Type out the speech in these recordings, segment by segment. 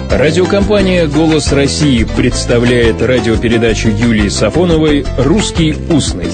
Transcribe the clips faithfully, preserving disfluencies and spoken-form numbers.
Радиокомпания «Голос России» представляет радиопередачу Юлии Сафоновой «Русский устный».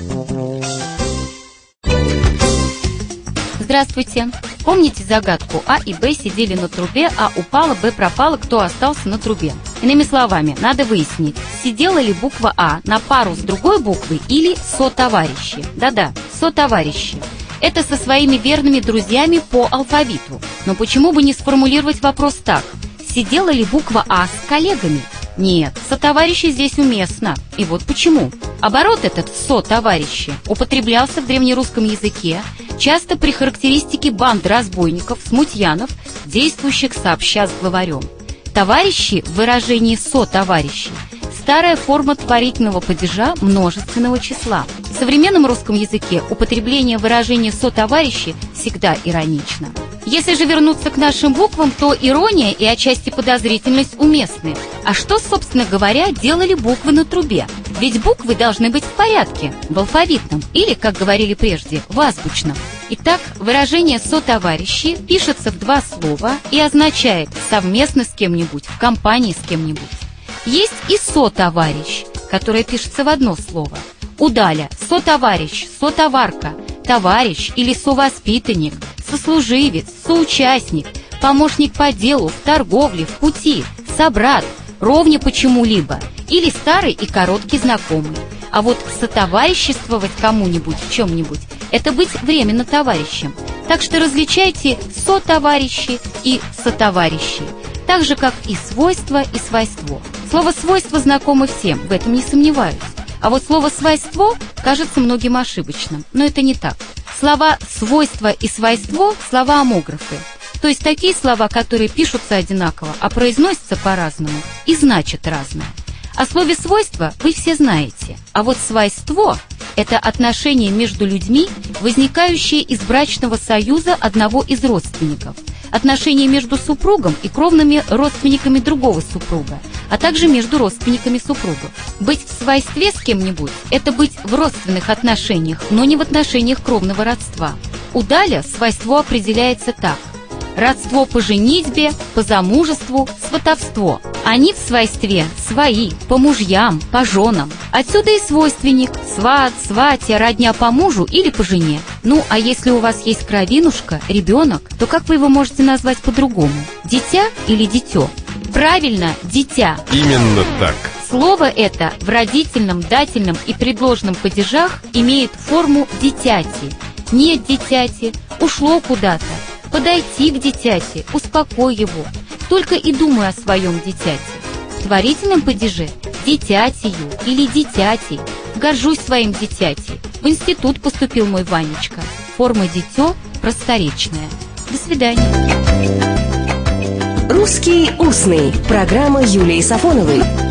Здравствуйте. Помните загадку? А и Б сидели на трубе, А упала, Б пропала, кто остался на трубе? Иными словами, надо выяснить, сидела ли буква А на пару с другой буквой или сотоварищи. Да-да, сотоварищи. Это со своими верными друзьями по алфавиту. Но почему бы не сформулировать вопрос так? Сидела ли буква А с коллегами? Нет, сотоварищи здесь уместно. И вот почему. Оборот этот «сотоварищи» употреблялся в древнерусском языке часто при характеристике банд разбойников, смутьянов, действующих сообща с главарем. Товарищи в выражении «сотоварищи» – старая форма творительного падежа множественного числа. В современном русском языке употребление выражения «сотоварищи» всегда иронично. Если же вернуться к нашим буквам, то ирония и отчасти подозрительность уместны. А что, собственно говоря, делали буквы на трубе? Ведь буквы должны быть в порядке, в алфавитном, или, как говорили прежде, в азбучном. Итак, выражение «сотоварищи» пишется в два слова и означает совместно с кем-нибудь, в компании с кем-нибудь. Есть и «сотоварищ», которое пишется в одно слово. Удаля, сотоварищ, сотоварка, товарищ или совоспитанник, сослуживец, соучастник, помощник по делу, в торговле, в пути, собрат, ровня почему-либо, или старый и короткий знакомый. А вот сотовариществовать кому-нибудь в чем-нибудь – это быть временно товарищем. Так что различайте сотоварищи и сотоварищи, так же, как и свойство и свойство. Слово «свойство» знакомо всем, в этом не сомневаюсь. А вот слово «свойство» кажется многим ошибочным, но это не так. Слова «свойство» и «свойство» – слова омографы, то есть такие слова, которые пишутся одинаково, а произносятся по-разному и значат разное. О слове «свойство» вы все знаете, а вот «свойство» – это отношения между людьми, возникающие из брачного союза одного из родственников, отношения между супругом и кровными родственниками другого супруга, а также между родственниками супругов. Быть в свойстве с кем-нибудь – это быть в родственных отношениях, но не в отношениях кровного родства. У Даля свойство определяется так: родство по женитьбе, по замужеству, сватовство. Они в свойстве свои, по мужьям, по женам. Отсюда и свойственник – сват, сватья, родня по мужу или по жене. Ну, а если у вас есть кровинушка, ребенок, то как вы его можете назвать по-другому? Дитя или дитё? Правильно, дитя. Именно так. Слово это в родительном, дательном и предложном падежах имеет форму дитяти. Нет дитяти, ушло куда-то. Подойти к дитяти, успокой его. Только и думай о своем дитяти. В творительном падеже дитятию или дитятей. Горжусь своим дитятей. В институт поступил мой Ванечка. Форма дитё просторечная. До свидания. «Русский устный». Программа Юлии Сафоновой.